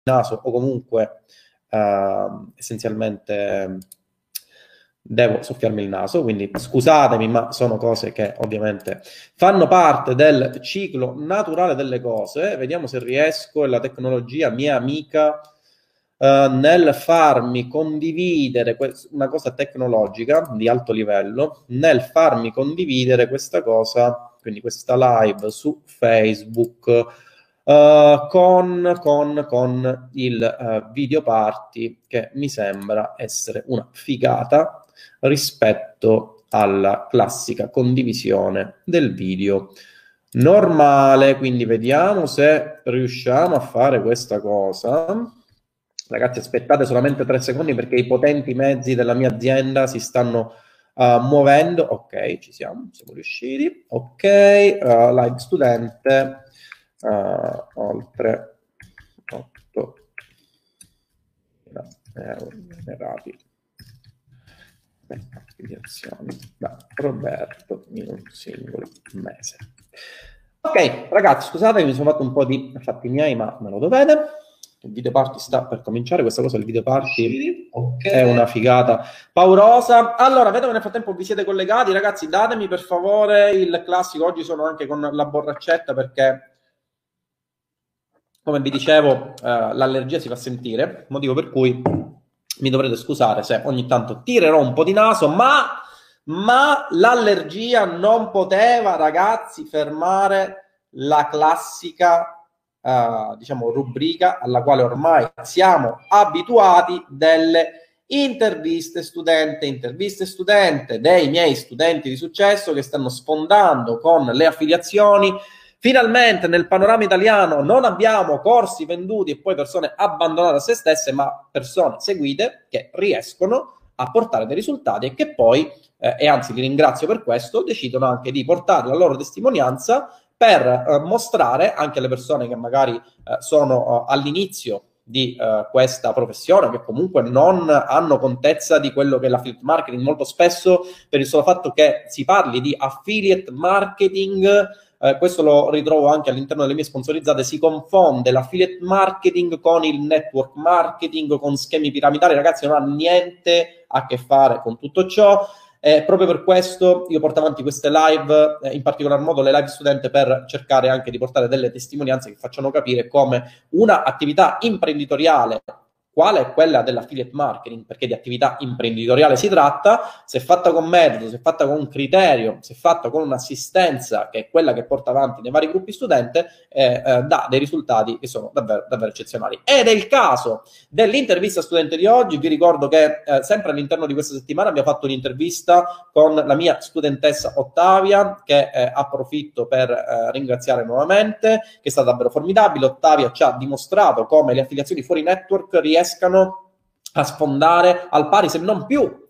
naso o comunque essenzialmente devo soffiarmi il naso, quindi scusatemi, ma sono cose che ovviamente fanno parte del ciclo naturale delle cose. Vediamo se riesco, e la tecnologia mia amica, nel farmi condividere una cosa tecnologica di alto livello, nel farmi condividere questa cosa, quindi questa live su Facebook, con il video party, che mi sembra essere una figata rispetto alla classica condivisione del video normale. Quindi vediamo se riusciamo a fare questa cosa. Ragazzi, aspettate solamente 3 secondi perché i potenti mezzi della mia azienda si stanno muovendo. Ok, siamo riusciti. Ok, live studente, oltre 8.000 euro generati per affiliazioni da Roberto in un singolo mese. Ok, ragazzi, scusate, mi sono fatto un po' di fatti miei, ma me lo dovete. Il video party sta per cominciare. Questa cosa, il video party, è una figata paurosa. Allora, vedo che nel frattempo vi siete collegati. Ragazzi, datemi per favore il classico. Oggi sono anche con la borraccetta perché, come vi dicevo, l'allergia si fa sentire, motivo per cui mi dovrete scusare se ogni tanto tirerò un po' di naso, ma l'allergia non poteva, ragazzi, fermare la classica diciamo rubrica alla quale ormai siamo abituati, delle interviste studente dei miei studenti di successo che stanno sfondando con le affiliazioni. Finalmente nel panorama italiano non abbiamo corsi venduti e poi persone abbandonate a se stesse, ma persone seguite che riescono a portare dei risultati e che poi, e anzi li ringrazio per questo, decidono anche di portare la loro testimonianza per mostrare anche alle persone che magari sono all'inizio di questa professione, che comunque non hanno contezza di quello che è l'affiliate marketing. Molto spesso, per il solo fatto che si parli di affiliate marketing, questo lo ritrovo anche all'interno delle mie sponsorizzate, si confonde l'affiliate marketing con il network marketing, con schemi piramidali. Ragazzi, non ha niente a che fare con tutto ciò. Proprio per questo io porto avanti queste live, in particolar modo le live studente, per cercare anche di portare delle testimonianze che facciano capire come una attività imprenditoriale, quale è quella dell'affiliate marketing, perché di attività imprenditoriale si tratta, se fatta con metodo, se fatta con un criterio, se fatta con un'assistenza che è quella che porta avanti nei vari gruppi studente, dà dei risultati che sono davvero, davvero eccezionali. Ed è il caso dell'intervista studente di oggi. Vi ricordo che sempre all'interno di questa settimana abbiamo fatto un'intervista con la mia studentessa Ottavia, che approfitto per ringraziare nuovamente, che è stata davvero formidabile. Ottavia ci ha dimostrato come le affiliazioni fuori network riescano a sfondare al pari, se non più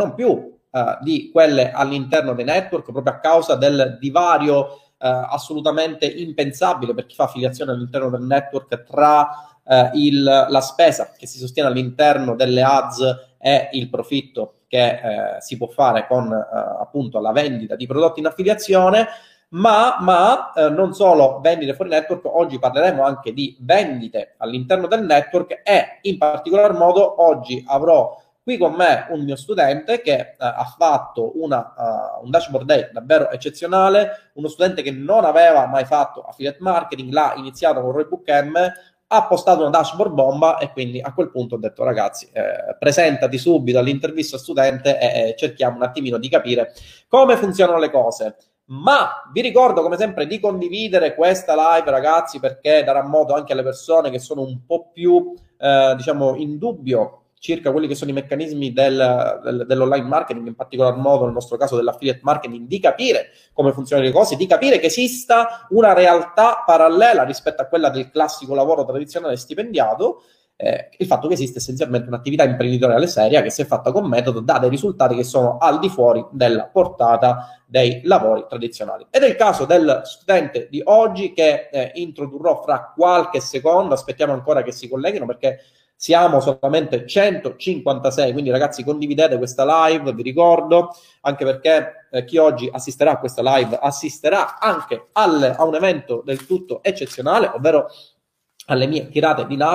di quelle all'interno dei network, proprio a causa del divario assolutamente impensabile per chi fa affiliazione all'interno del network tra la spesa che si sostiene all'interno delle ads e il profitto che si può fare con appunto la vendita di prodotti in affiliazione. Ma non solo vendite fuori network, oggi parleremo anche di vendite all'interno del network, e in particolar modo oggi avrò qui con me un mio studente che ha fatto un dashboard day davvero eccezionale, uno studente che non aveva mai fatto affiliate marketing, l'ha iniziato con Roy Book M, ha postato una dashboard bomba, e quindi a quel punto ho detto: ragazzi, presentati subito all'intervista studente e cerchiamo un attimino di capire come funzionano le cose. Ma vi ricordo come sempre di condividere questa live, ragazzi, perché darà modo anche alle persone che sono un po' più diciamo in dubbio circa quelli che sono i meccanismi dell'online marketing, in particolar modo nel nostro caso dell'affiliate marketing, di capire come funzionano le cose, di capire che esista una realtà parallela rispetto a quella del classico lavoro tradizionale stipendiato. Il fatto che esiste essenzialmente un'attività imprenditoriale seria che, se fatta con metodo, dà dei risultati che sono al di fuori della portata dei lavori tradizionali. Ed è il caso del studente di oggi che introdurrò fra qualche secondo. Aspettiamo ancora che si colleghino perché siamo solamente 156, quindi ragazzi condividete questa live, vi ricordo, anche perché chi oggi assisterà a questa live assisterà anche a un evento del tutto eccezionale, ovvero alle mie tirate di naso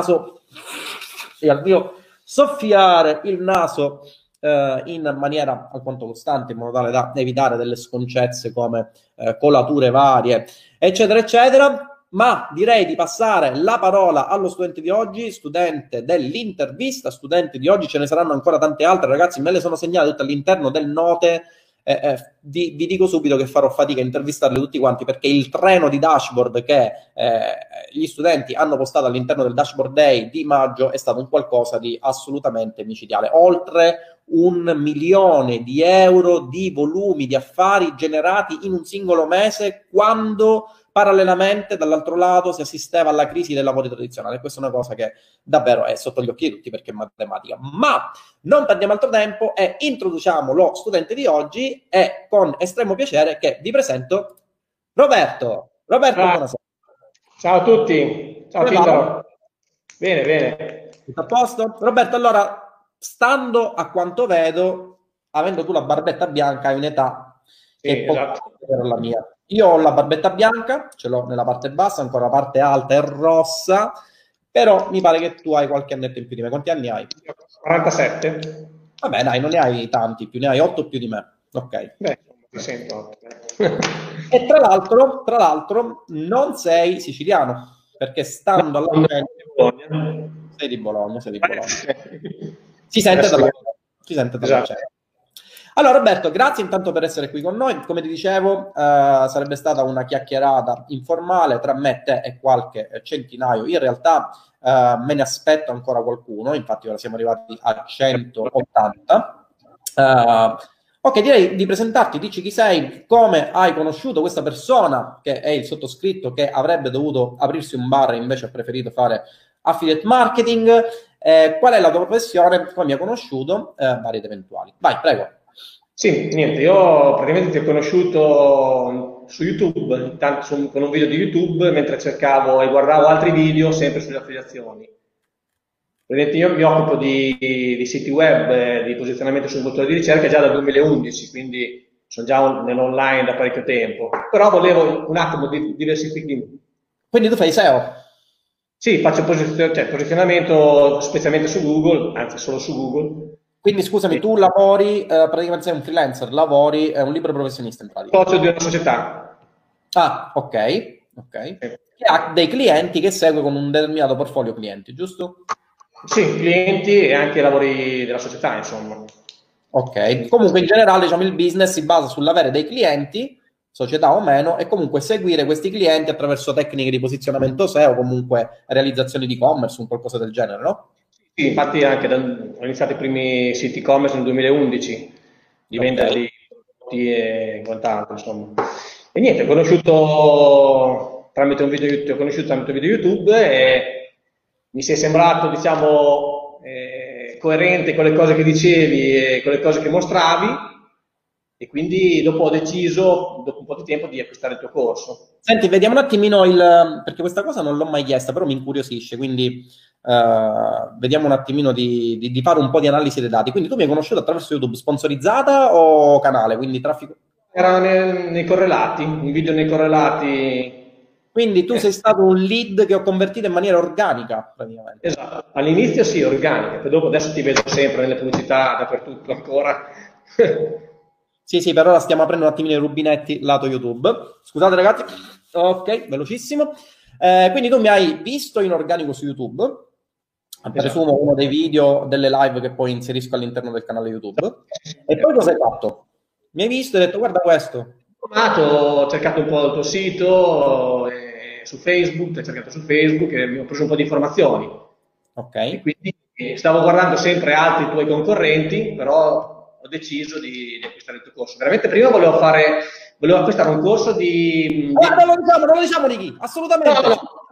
e al mio soffiare il naso in maniera alquanto costante, in modo tale da evitare delle sconcezze come colature varie, eccetera, eccetera. Ma direi di passare la parola allo studente di oggi, studente dell'intervista, studente di oggi, ce ne saranno ancora tante altre, ragazzi, me le sono segnate tutte all'interno del note. Vi dico subito che farò fatica a intervistarli tutti quanti, perché il treno di dashboard che gli studenti hanno postato all'interno del dashboard day di maggio è stato un qualcosa di assolutamente micidiale. Oltre 1 milione di euro di volumi di affari generati in un singolo mese, quando parallelamente dall'altro lato si assisteva alla crisi dei lavori tradizionali. Questa è una cosa che davvero è sotto gli occhi di tutti, perché è matematica. Ma non perdiamo altro tempo e introduciamo lo studente di oggi, e con estremo piacere che vi presento Roberto. Roberto, buonasera. Ciao a tutti. Ciao Tito. Bene, bene. Tutto a posto? Roberto, allora, stando a quanto vedo, avendo tu la barbetta bianca, hai un'età che è esatto, la mia. Io ho la barbetta bianca, ce l'ho nella parte bassa, ancora la parte alta è rossa, però mi pare che tu hai qualche annetto in più di me. Quanti anni hai? 47. Vabbè, dai, non ne hai tanti più, ne hai 8 più di me. Ok. Beh, mi sento 8. E tra l'altro non sei siciliano, perché stando alla sei di Bologna. Si sente dalla voce. Allora Roberto, grazie intanto per essere qui con noi. Come ti dicevo, sarebbe stata una chiacchierata informale tra me, te e qualche centinaio. In realtà me ne aspetto ancora qualcuno, infatti ora siamo arrivati a 180. Ok, direi di presentarti, dici chi sei, come hai conosciuto questa persona che è il sottoscritto, che avrebbe dovuto aprirsi un bar e invece ha preferito fare affiliate marketing, qual è la tua professione, come mi hai conosciuto, vari ed eventuali. Vai, prego. Sì, niente, io praticamente ti ho conosciuto su YouTube, con un video di YouTube, mentre cercavo e guardavo altri video sempre sulle affiliazioni. Io mi occupo di siti web, di posizionamento sul motore di ricerca già dal 2011, quindi sono già nell'online da parecchio tempo. Però volevo un attimo diversificare. Quindi tu fai SEO? Sì, faccio posizionamento specialmente su Google, anzi solo su Google. Quindi scusami, tu lavori, praticamente sei un freelancer, lavori, è un libero professionista in pratica. Socio di una società. Ah, ok. Che ha dei clienti che segue con un determinato portfolio clienti, giusto? Sì, clienti e anche lavori della società, insomma. Ok, comunque in generale diciamo il business si basa sull'avere dei clienti, società o meno, e comunque seguire questi clienti attraverso tecniche di posizionamento SEO, comunque realizzazioni di e-commerce, un qualcosa del genere, no? Sì, infatti anche ho iniziato i primi siti e-commerce nel 2011, di vendita di prodotti e quant'altro, insomma. E niente, ho conosciuto tramite un video YouTube e mi sei sembrato, diciamo, coerente con le cose che dicevi e con le cose che mostravi, e quindi dopo ho deciso, dopo un po' di tempo, di acquistare il tuo corso. Senti, vediamo un attimino perché questa cosa non l'ho mai chiesta, però mi incuriosisce, quindi vediamo un attimino di fare un po' di analisi dei dati. Quindi tu mi hai conosciuto attraverso YouTube, sponsorizzata o canale? Quindi traffico? Era nei correlati, un video nei correlati. Quindi tu sei stato un lead che ho convertito in maniera organica, praticamente. Esatto, all'inizio sì, organica, poi dopo adesso ti vedo sempre nelle pubblicità dappertutto ancora. Sì, per ora stiamo aprendo un attimino i rubinetti lato YouTube. Scusate ragazzi, ok, velocissimo. Quindi tu mi hai visto in organico su YouTube, presumo uno dei video delle live che poi inserisco all'interno del canale YouTube, e poi cosa hai fatto? Mi hai visto e hai detto guarda questo. Ho cercato un po' il tuo sito su Facebook, ho cercato su Facebook e mi ho preso un po' di informazioni. Ok. E quindi stavo guardando sempre altri tuoi concorrenti, però ho deciso di acquistare il tuo corso. Veramente prima volevo acquistare un corso di... non lo diciamo di chi, assolutamente.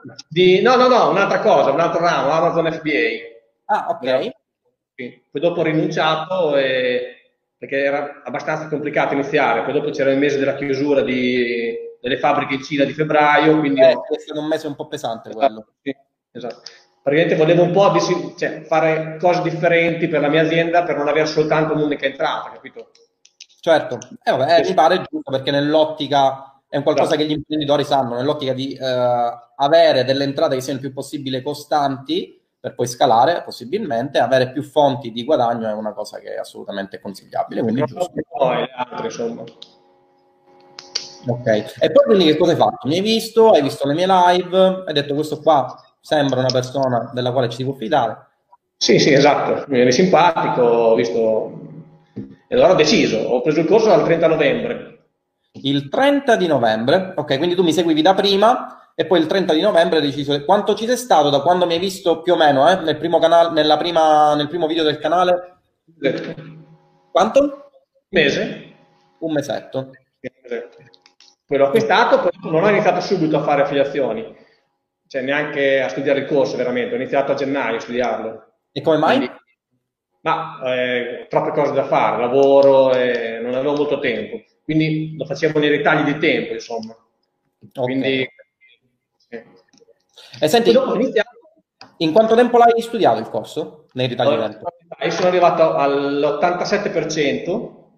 No, un'altra cosa, un altro ramo, Amazon FBA. Ah, ok. Sì. Poi dopo ho rinunciato perché era abbastanza complicato iniziare, poi dopo c'era il mese della chiusura delle fabbriche in Cina di febbraio, quindi è stato un mese un po' pesante quello. Sì, esatto. Praticamente volevo un po' fare cose differenti per la mia azienda per non avere soltanto un'unica entrata, capito? Certo, mi pare giusto, perché nell'ottica è un qualcosa che gli imprenditori sanno, nell'ottica di avere delle entrate che siano il più possibile costanti, per poi scalare possibilmente, avere più fonti di guadagno è una cosa che è assolutamente consigliabile, quindi giusto. Poi le altre, insomma. Ok, e poi quindi che cosa hai fatto? Mi hai visto, hai visto le mie live, hai detto questo qua sembra una persona della quale ci si può fidare. Sì, sì, esatto, mi viene simpatico, ho visto, e allora ho deciso, ho preso il corso dal 30 novembre. Il 30 di novembre, ok, quindi tu mi seguivi da prima e poi il 30 di novembre hai deciso quanto ci sei stato da quando mi hai visto più o meno, nel primo canale, nel primo video del canale? Quanto? Un mese? Un mesetto. Poi l'ho acquistato, poi non ho iniziato subito a fare affiliazioni, cioè neanche a studiare il corso veramente, ho iniziato a gennaio a studiarlo. E come mai? Quindi, ma troppe cose da fare, lavoro, non avevo molto tempo, quindi lo facevo nei ritagli di tempo, insomma. Quindi, sì. E senti, dopo iniziato, in quanto tempo l'hai studiato il corso? Nei ritagli di tempo? Sono arrivato all'87%,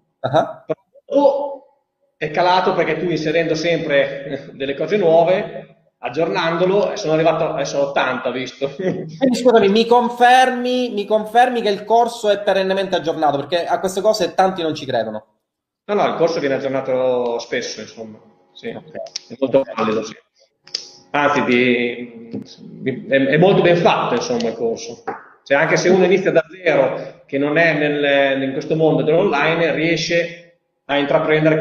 dopo è calato perché tu inserendo sempre delle cose nuove, aggiornandolo, sono arrivato adesso all'80, visto. Quindi scusami, mi confermi che il corso è perennemente aggiornato? Perché a queste cose tanti non ci credono. No, il corso viene aggiornato spesso, insomma. Sì, okay. È molto valido, sì. Anzi, è molto ben fatto, insomma, il corso. Cioè, anche se uno inizia da zero, che non è in questo mondo dell'online, riesce a intraprendere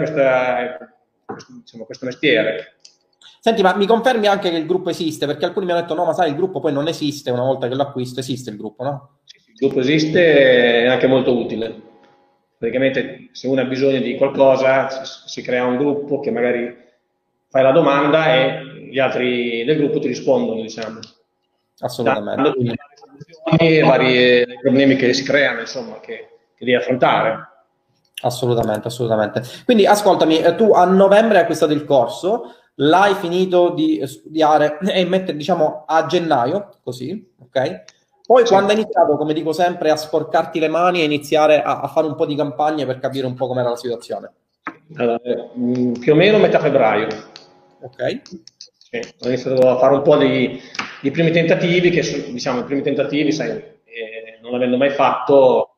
questo mestiere. Senti, ma mi confermi anche che il gruppo esiste? Perché alcuni mi hanno detto, no, ma sai, il gruppo poi non esiste una volta che lo acquisto, esiste il gruppo, no? Sì, il gruppo esiste, è anche molto utile. Praticamente se uno ha bisogno di qualcosa, si crea un gruppo che magari fai la domanda e gli altri del gruppo ti rispondono, diciamo. Assolutamente. I vari problemi che si creano, insomma, che devi affrontare. Assolutamente, assolutamente. Quindi ascoltami, tu a novembre hai acquistato il corso, l'hai finito di studiare e mettere, diciamo, a gennaio, così, ok? Poi sì. Quando hai iniziato, come dico sempre, a sporcarti le mani e iniziare a fare un po' di campagne per capire un po' com'era la situazione? Allora, più o meno metà febbraio. Ok. Sì, ho iniziato a fare un po' di primi tentativi, che diciamo i primi tentativi, sai, non avendo mai fatto,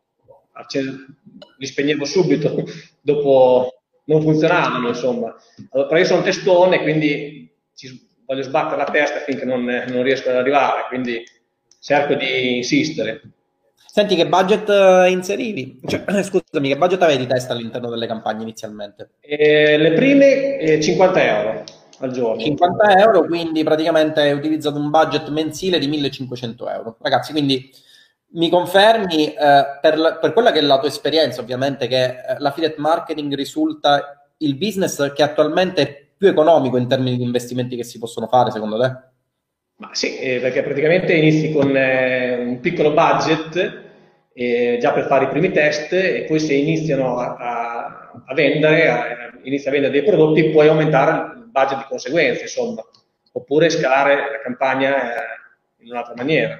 li spegnevo subito, dopo non funzionavano, insomma. Allora, però io sono testone, quindi voglio sbattere la testa finché non riesco ad arrivare, quindi cerco di insistere. Senti, che budget inserivi? Cioè, scusami, che budget avevi di testa all'interno delle campagne inizialmente? Le prime 50 euro al giorno. 50 euro, quindi praticamente hai utilizzato un budget mensile di 1500 euro. Ragazzi, quindi mi confermi, per quella che è la tua esperienza, ovviamente, che l'affiliate marketing risulta il business che attualmente è più economico in termini di investimenti che si possono fare, secondo te? Ma sì, perché praticamente inizi con un piccolo budget già per fare i primi test e poi se iniziano a vendere, inizia a vendere dei prodotti, puoi aumentare il budget di conseguenza, insomma, oppure scalare la campagna in un'altra maniera.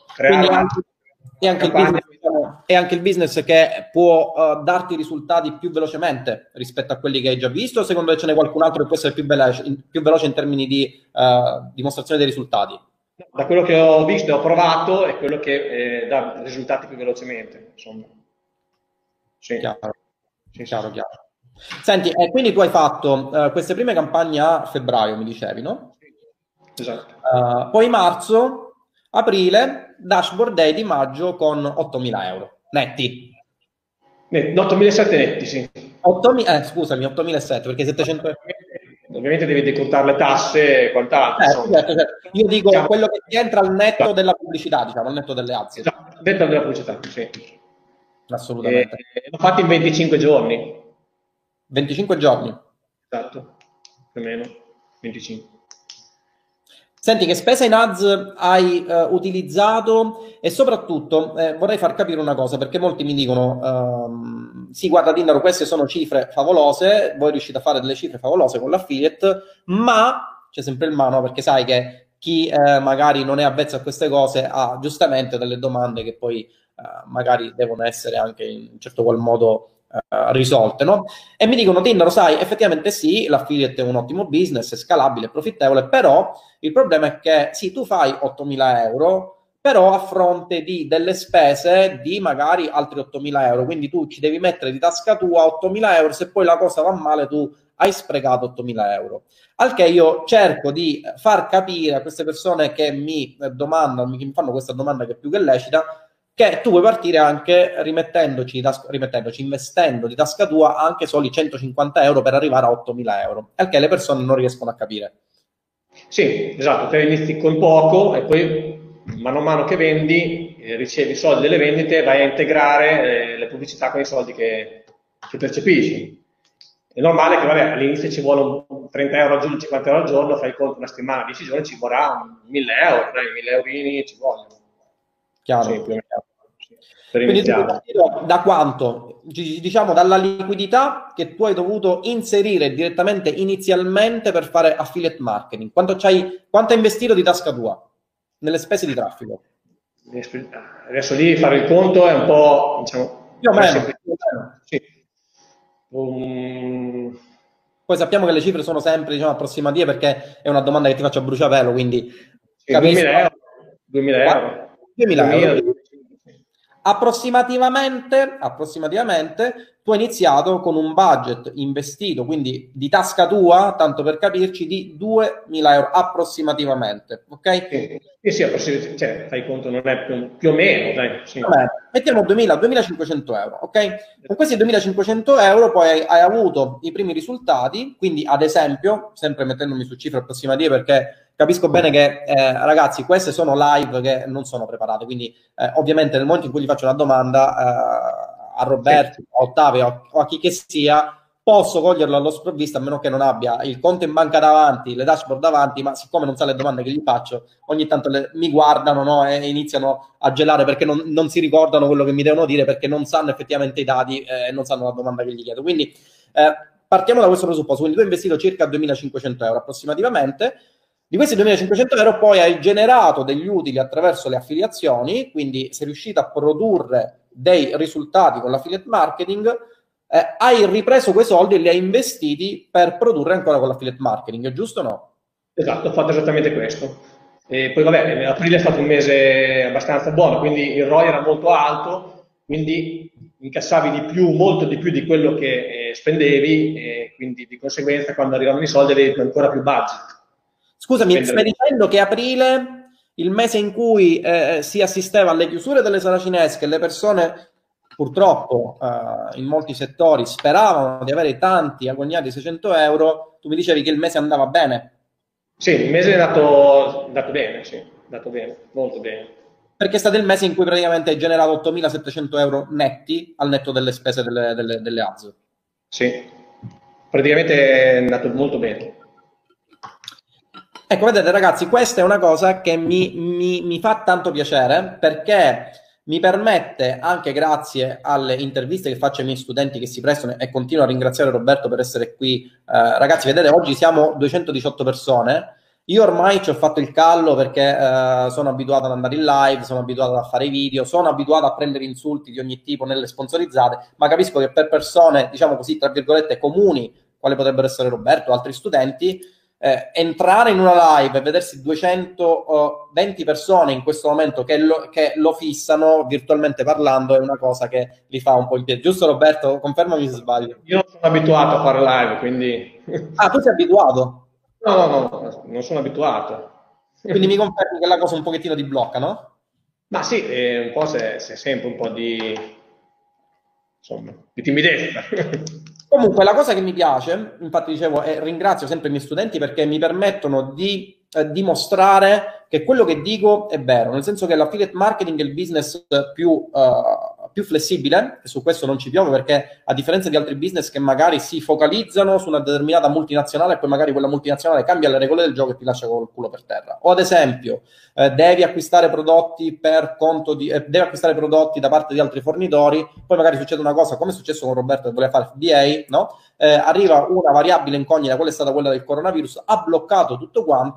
È anche il business che può darti risultati più velocemente rispetto a quelli che hai già visto, o secondo te ce n'è qualcun altro che può essere più veloce in termini di dimostrazione dei risultati? Da quello che ho visto e ho provato è quello che dà risultati più velocemente, insomma. Sì. Chiaro. Chiaro. Senti, quindi tu hai fatto queste prime campagne a febbraio, mi dicevi, no? Esatto. Poi marzo, aprile, dashboard day di maggio con 8.000 euro netti. 8.700 netti, sì. Scusami, 8.700 perché 700 euro. Ovviamente devi decontare le tasse e quant'altro. Certo. Io dico quello che ti entra al netto della pubblicità, diciamo, al netto delle ads. Esatto, netto della pubblicità, sì. Assolutamente. L'ho fatto in 25 giorni. 25 giorni? Esatto, più o meno, 25. Senti, che spesa in ads hai utilizzato e soprattutto vorrei far capire una cosa, perché molti mi dicono sì, guarda Tindaro, queste sono cifre favolose, voi riuscite a fare delle cifre favolose con l'affiliate, ma c'è sempre il ma, no? Perché sai che chi magari non è avvezzo a queste cose ha giustamente delle domande che poi magari devono essere anche in un certo qual modo risolte, no? E mi dicono, Tindaro, sai, effettivamente sì, l'affiliate è un ottimo business, è scalabile, è profittevole, però il problema è che sì, tu fai 8.000 euro, però a fronte di delle spese di magari altri 8.000 euro. Quindi tu ci devi mettere di tasca tua 8.000 euro, se poi la cosa va male tu hai sprecato 8.000 euro. Al che io cerco di far capire a queste persone che mi domandano, che mi fanno questa domanda che è più che lecita, che tu puoi partire anche investendo di tasca tua anche soli 150 euro per arrivare a 8.000 euro, al che le persone non riescono a capire. Sì, esatto, te inizi con poco e poi mano a mano che vendi, ricevi i soldi delle vendite, vai a integrare le pubblicità con i soldi che percepisci. È normale che vabbè, all'inizio ci vuole 30 euro al giorno, 50 euro al giorno, fai conto una settimana, 10 giorni, ci vorrà 1.000 euro, dai, 1.000 eurini ci vogliono. Chiaro. Sì, più o meno. Sì. Per Quindi iniziare. da quanto? Diciamo dalla liquidità che tu hai dovuto inserire direttamente inizialmente per fare affiliate marketing. Quanto hai investito di tasca tua nelle spese di traffico? Adesso lì fare il conto è un po', diciamo, Più o meno. Sì. Poi sappiamo che le cifre sono sempre, diciamo, approssimative, perché è una domanda che ti faccio a bruciapelo, quindi sì, 2.000 euro. 2.000 euro. 2.000 euro. Approssimativamente tu hai iniziato con un budget investito, quindi di tasca tua, tanto per capirci, di 2.000 euro approssimativamente, ok? Sì, cioè, fai conto, non è più o meno, dai. Sì. Vabbè, mettiamo 2.500 euro, ok? Con questi 2.500 euro poi hai avuto i primi risultati, quindi ad esempio, sempre mettendomi su cifre approssimative perché capisco bene che, ragazzi, queste sono live che non sono preparate, quindi ovviamente nel momento in cui gli faccio una domanda a Roberto, a Ottavio o a chi che sia, posso coglierlo allo sprovvisto, a meno che non abbia il conto in banca davanti, le dashboard davanti, ma siccome non sa le domande che gli faccio, ogni tanto mi guardano, no, e iniziano a gelare perché non si ricordano quello che mi devono dire, perché non sanno effettivamente i dati e non sanno la domanda che gli chiedo. Quindi partiamo da questo presupposto. Quindi tu hai investito circa 2.500 euro approssimativamente. Di questi 2.500 euro poi hai generato degli utili attraverso le affiliazioni, quindi sei riuscito a produrre dei risultati con l'affiliate marketing, hai ripreso quei soldi e li hai investiti per produrre ancora con l'affiliate marketing, giusto o no? Esatto, ho fatto esattamente questo. E poi vabbè, aprile è stato un mese abbastanza buono, quindi il ROI era molto alto, quindi incassavi di più, molto di più di quello che spendevi, e quindi di conseguenza quando arrivavano i soldi avevi ancora più budget. Scusami, stai dicendo che aprile, il mese in cui si assisteva alle chiusure delle saracinesche, le persone purtroppo in molti settori speravano di avere tanti agognati 600 euro, tu mi dicevi che il mese andava bene? Sì, il mese è dato bene, sì, dato bene, molto bene. Perché è stato il mese in cui praticamente hai generato 8.700 euro netti al netto delle spese delle ads. Sì, praticamente è andato molto bene. Ecco, vedete ragazzi, questa è una cosa che mi fa tanto piacere, perché mi permette, anche grazie alle interviste che faccio ai miei studenti che si prestano, e continuo a ringraziare Roberto per essere qui. Ragazzi, vedete, oggi siamo 218 persone. Io ormai ci ho fatto il callo perché sono abituato ad andare in live, sono abituato a fare i video, sono abituato a prendere insulti di ogni tipo nelle sponsorizzate, ma capisco che per persone, diciamo così, tra virgolette, comuni, quali potrebbero essere Roberto o altri studenti, entrare in una live e vedersi 220 persone in questo momento che lo fissano virtualmente parlando è una cosa che li fa un po' in piedi. Giusto Roberto? Confermami se sbaglio. Io non sono abituato a fare live, quindi... Ah, tu sei abituato? No, non sono abituato. Quindi mi confermi che la cosa un pochettino ti blocca, no? Ma sì, un po' c'è sempre un po' di timidezza. Comunque la cosa che mi piace, infatti dicevo, e ringrazio sempre i miei studenti perché mi permettono di dimostrare che quello che dico è vero, nel senso che l'affiliate marketing è il business più flessibile, e su questo non ci piove perché a differenza di altri business che magari si focalizzano su una determinata multinazionale e poi magari quella multinazionale cambia le regole del gioco e ti lascia col culo per terra. O ad esempio devi acquistare prodotti per conto devi acquistare prodotti da parte di altri fornitori, poi magari succede una cosa come è successo con Roberto che voleva fare FBA, no? Arriva una variabile incognita, quella è stata quella del coronavirus, ha bloccato tutto quanto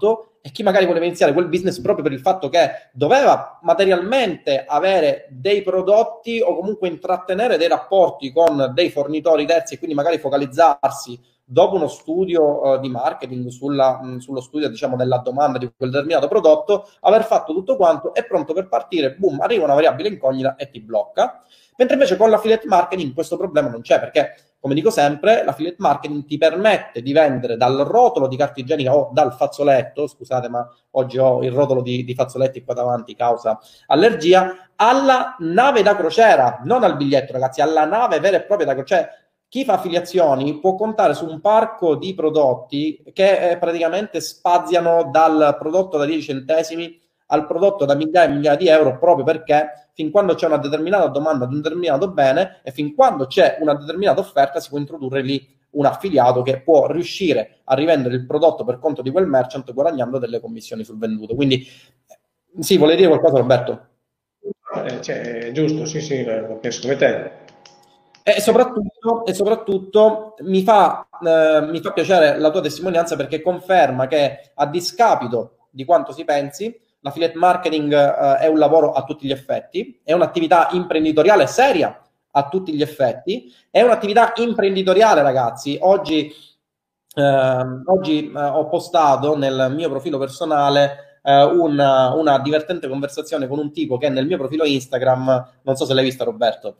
e chi magari voleva iniziare quel business proprio per il fatto che doveva materialmente avere dei prodotti o comunque intrattenere dei rapporti con dei fornitori terzi e quindi magari focalizzarsi dopo uno studio di marketing sullo studio, diciamo, della domanda di quel determinato prodotto, aver fatto tutto quanto, è pronto per partire, boom, arriva una variabile incognita e ti blocca. Mentre invece con l'affiliate marketing questo problema non c'è, perché, come dico sempre, l'affiliate marketing ti permette di vendere dal rotolo di carta igienica o dal fazzoletto, scusate ma oggi ho il rotolo di fazzoletti qua davanti causa allergia, alla nave da crociera, non al biglietto ragazzi, alla nave vera e propria da crociera. Chi fa affiliazioni può contare su un parco di prodotti che praticamente spaziano dal prodotto da 10 centesimi al prodotto da migliaia e migliaia di euro, proprio perché fin quando c'è una determinata domanda di un determinato bene e fin quando c'è una determinata offerta si può introdurre lì un affiliato che può riuscire a rivendere il prodotto per conto di quel merchant guadagnando delle commissioni sul venduto. Quindi sì, volevi dire qualcosa Roberto? Giusto, sì, lo penso come te. E soprattutto mi fa piacere la tua testimonianza perché conferma che a discapito di quanto si pensi, l'affiliate marketing è un lavoro a tutti gli effetti, è un'attività imprenditoriale seria a tutti gli effetti, è un'attività imprenditoriale ragazzi. Oggi ho postato nel mio profilo personale una divertente conversazione con un tipo che nel mio profilo Instagram, non so se l'hai vista Roberto,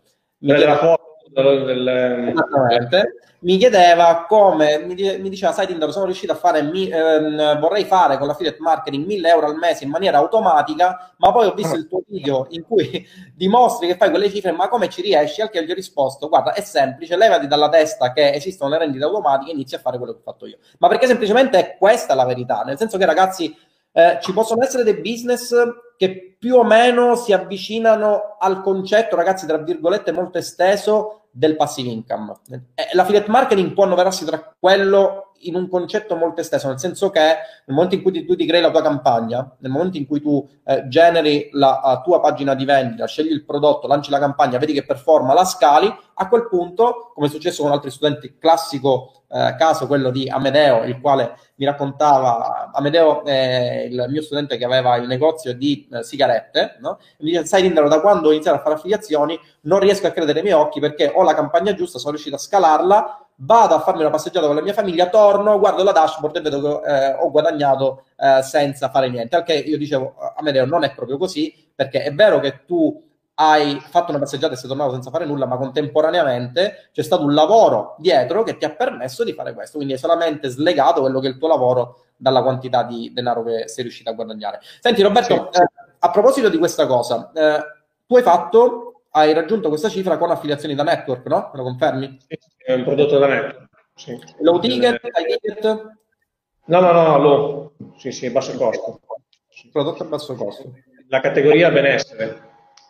mi chiedeva come, mi diceva, sai Tindaro, sono riuscito a fare, vorrei fare con l'affiliate marketing 1.000 euro al mese in maniera automatica, ma poi ho visto il tuo video in cui dimostri che fai quelle cifre, ma come ci riesci? Al che gli ho risposto, guarda, è semplice, levati dalla testa che esistono le rendite automatiche e inizi a fare quello che ho fatto io. Ma perché semplicemente è questa la verità, nel senso che ragazzi, ci possono essere dei business che più o meno si avvicinano al concetto, ragazzi, tra virgolette molto esteso, del passive income. L'affiliate marketing può annoverarsi tra quello in un concetto molto esteso, nel senso che nel momento in cui tu ti crei la tua campagna, nel momento in cui tu generi la tua pagina di vendita, scegli il prodotto, lanci la campagna, vedi che performa, la scali, a quel punto, come è successo con altri studenti, classico caso quello di Amedeo, il quale mi raccontava, Amedeo è il mio studente che aveva il negozio di sigarette, no? Mi dice, sai Tindaro, da quando ho iniziato a fare affiliazioni non riesco a credere ai miei occhi perché ho la campagna giusta, sono riuscito a scalarla, vado a farmi una passeggiata con la mia famiglia, torno, guardo la dashboard e vedo che ho guadagnato senza fare niente. Al che io dicevo, Amedeo, non è proprio così, perché è vero che tu hai fatto una passeggiata e sei tornato senza fare nulla, ma contemporaneamente c'è stato un lavoro dietro che ti ha permesso di fare questo, quindi hai solamente slegato quello che è il tuo lavoro dalla quantità di denaro che sei riuscito a guadagnare. Senti Roberto, sì. A proposito di questa cosa, tu hai raggiunto questa cifra con affiliazioni da network, no? Me lo confermi? Sì, è un prodotto da network. Sì. Low ticket, high ticket? No, low. Sì, basso costo. Prodotto a basso costo. La categoria benessere.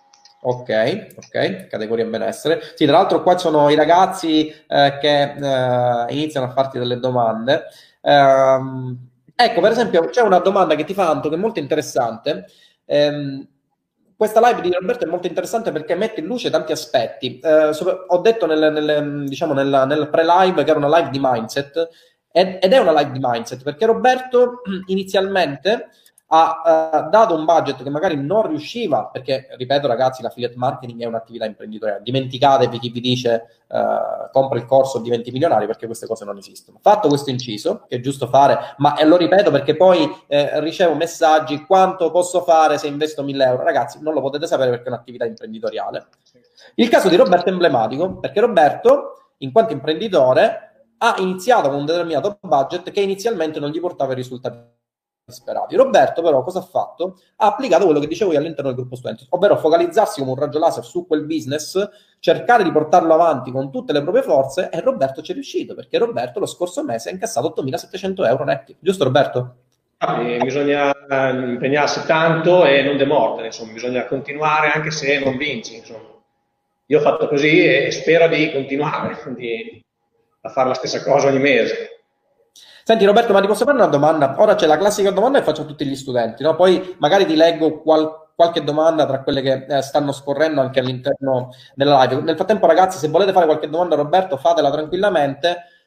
Ok, categoria benessere. Sì, tra l'altro qua sono i ragazzi che iniziano a farti delle domande. Ecco, per esempio, c'è una domanda che ti fa Anto che è molto interessante. Questa live di Roberto è molto interessante perché mette in luce tanti aspetti. Ho detto nel pre-live che era una live di mindset ed è una live di mindset perché Roberto inizialmente ha dato un budget che magari non riusciva, perché ripeto ragazzi, l'affiliate marketing è un'attività imprenditoriale, dimenticatevi chi vi dice compra il corso, diventi milionario, perché queste cose non esistono. Fatto questo inciso, che è giusto fare, ma lo ripeto perché poi ricevo messaggi, quanto posso fare se investo 1.000 euro? Ragazzi, non lo potete sapere perché è un'attività imprenditoriale. Il caso di Roberto è emblematico, perché Roberto, in quanto imprenditore, ha iniziato con un determinato budget che inizialmente non gli portava i risultati disperati. Roberto però cosa ha fatto? Ha applicato quello che dicevo io all'interno del gruppo studenti, ovvero focalizzarsi come un raggio laser su quel business, cercare di portarlo avanti con tutte le proprie forze, e Roberto ci è riuscito, perché Roberto lo scorso mese ha incassato 8.700 euro netti. Giusto Roberto? Bisogna impegnarsi tanto e non demordere, insomma, bisogna continuare anche se non vinci, insomma. Io ho fatto così e spero di continuare a fare la stessa cosa ogni mese. Senti Roberto, ma ti posso fare una domanda? Ora c'è la classica domanda che faccio a tutti gli studenti, no? Poi magari ti leggo qualche domanda tra quelle che stanno scorrendo anche all'interno della live. Nel frattempo ragazzi, se volete fare qualche domanda a Roberto, fatela tranquillamente.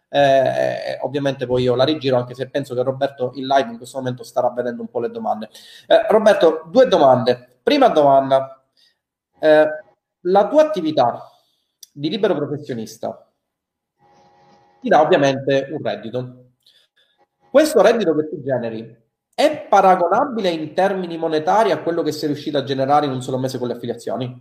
ovviamente poi io la rigiro, anche se penso che Roberto in live in questo momento starà vedendo un po' le domande. Roberto, due domande. Prima domanda, la tua attività di libero professionista ti dà ovviamente un reddito. Questo reddito che tu generi è paragonabile in termini monetari a quello che sei riuscito a generare in un solo mese con le affiliazioni?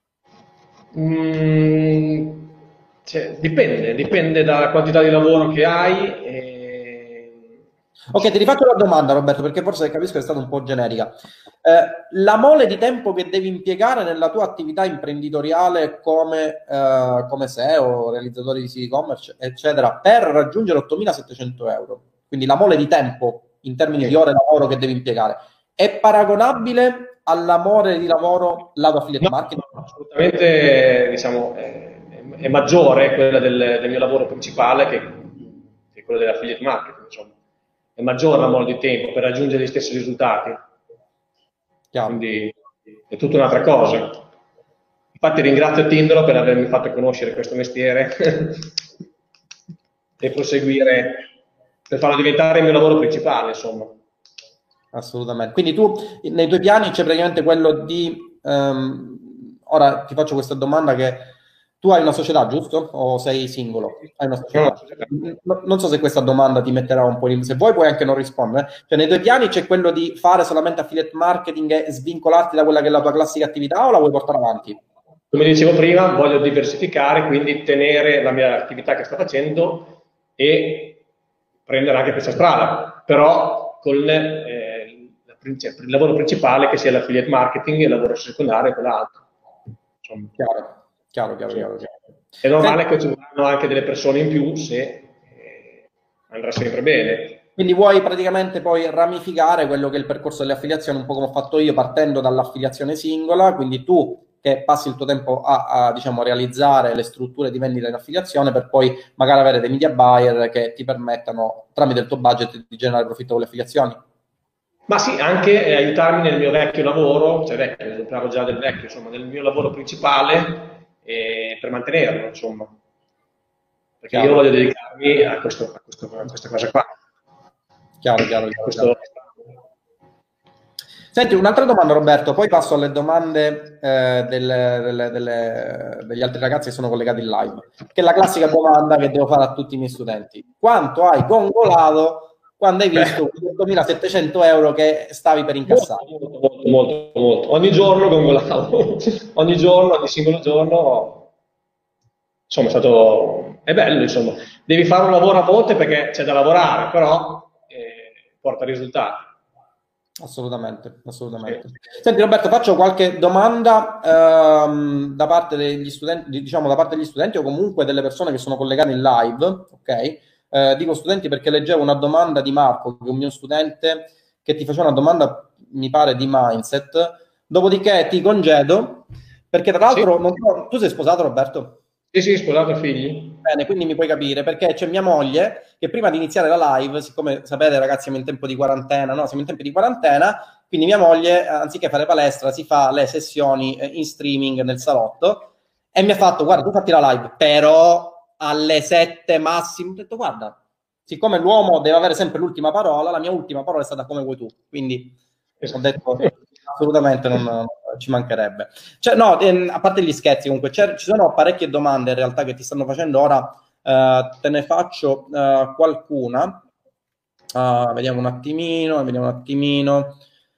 Dipende dalla quantità di lavoro che hai. Ok, ti rifaccio la domanda, Roberto, perché forse capisco che è stata un po' generica. La mole di tempo che devi impiegare nella tua attività imprenditoriale come SEO, realizzatore di siti e-commerce, eccetera, per raggiungere 8.700 euro, quindi la mole di tempo in termini di ore di lavoro che devi impiegare, è paragonabile all'amore di lavoro lato affiliate marketing? No, assolutamente, diciamo, è maggiore quella del mio lavoro principale che quello dell'affiliate marketing, insomma. È maggiore l'amore di tempo per raggiungere gli stessi risultati. Chiaro. Quindi è tutta un'altra cosa. Infatti ringrazio Tindaro per avermi fatto conoscere questo mestiere e proseguire per farlo diventare il mio lavoro principale, insomma. Assolutamente. Quindi tu, nei tuoi piani c'è praticamente quello di... ora ti faccio questa domanda che... Tu hai una società, giusto? O sei singolo? Hai una società. Non so se questa domanda ti metterà un po' in... Se vuoi puoi anche non rispondere. Cioè, nei tuoi piani c'è quello di fare solamente affiliate marketing e svincolarti da quella che è la tua classica attività o la vuoi portare avanti? Come dicevo prima, voglio diversificare, quindi tenere la mia attività che sto facendo e prendere anche questa strada, però con il lavoro principale che sia l'affiliate marketing e il lavoro secondario e quell'altro. Chiaro. È normale che ci saranno anche delle persone in più se andrà sempre bene. Quindi vuoi praticamente poi ramificare quello che è il percorso delle affiliazioni, un po' come ho fatto io, partendo dall'affiliazione singola, quindi tu che passi il tuo tempo a diciamo, realizzare le strutture di vendita in affiliazione per poi magari avere dei media buyer che ti permettano, tramite il tuo budget, di generare profitto con le affiliazioni. Ma sì, anche aiutarmi nel mio vecchio lavoro, cioè vecchio, parlavo già del vecchio, insomma, nel mio lavoro principale per mantenerlo, insomma. Perché io voglio dedicarmi a questa cosa qua. Chiaro. Senti, un'altra domanda, Roberto, poi passo alle domande degli altri ragazzi che sono collegati in live, che è la classica domanda che devo fare a tutti i miei studenti. Quanto hai gongolato quando hai visto 8.700 euro che stavi per incassare? Molto. Ogni giorno gongolavo, ogni singolo giorno. Insomma, è bello, insomma. Devi fare un lavoro a volte perché c'è da lavorare, però porta risultati. Assolutamente. Senti Roberto, faccio qualche domanda da parte degli studenti, diciamo da parte degli studenti o comunque delle persone che sono collegate in live, ok? Dico studenti perché leggevo una domanda di Marco, che è un mio studente, che ti faceva una domanda, mi pare, di mindset, dopodiché ti congedo, perché tra l'altro, non so, tu sei sposato, Roberto? Sì, sposato, figli. Bene, quindi mi puoi capire, perché c'è mia moglie che prima di iniziare la live, siccome sapete ragazzi siamo in tempo di quarantena, no? Siamo in tempi di quarantena, quindi mia moglie, anziché fare palestra, si fa le sessioni in streaming nel salotto e mi ha fatto, guarda, tu fatti la live, però alle 7 massimo. Ho detto, guarda, siccome l'uomo deve avere sempre l'ultima parola, la mia ultima parola è stata come vuoi tu, quindi ho detto assolutamente non ci mancherebbe. Cioè, no, a parte gli scherzi, comunque ci sono parecchie domande in realtà che ti stanno facendo ora, te ne faccio qualcuna. Vediamo un attimino.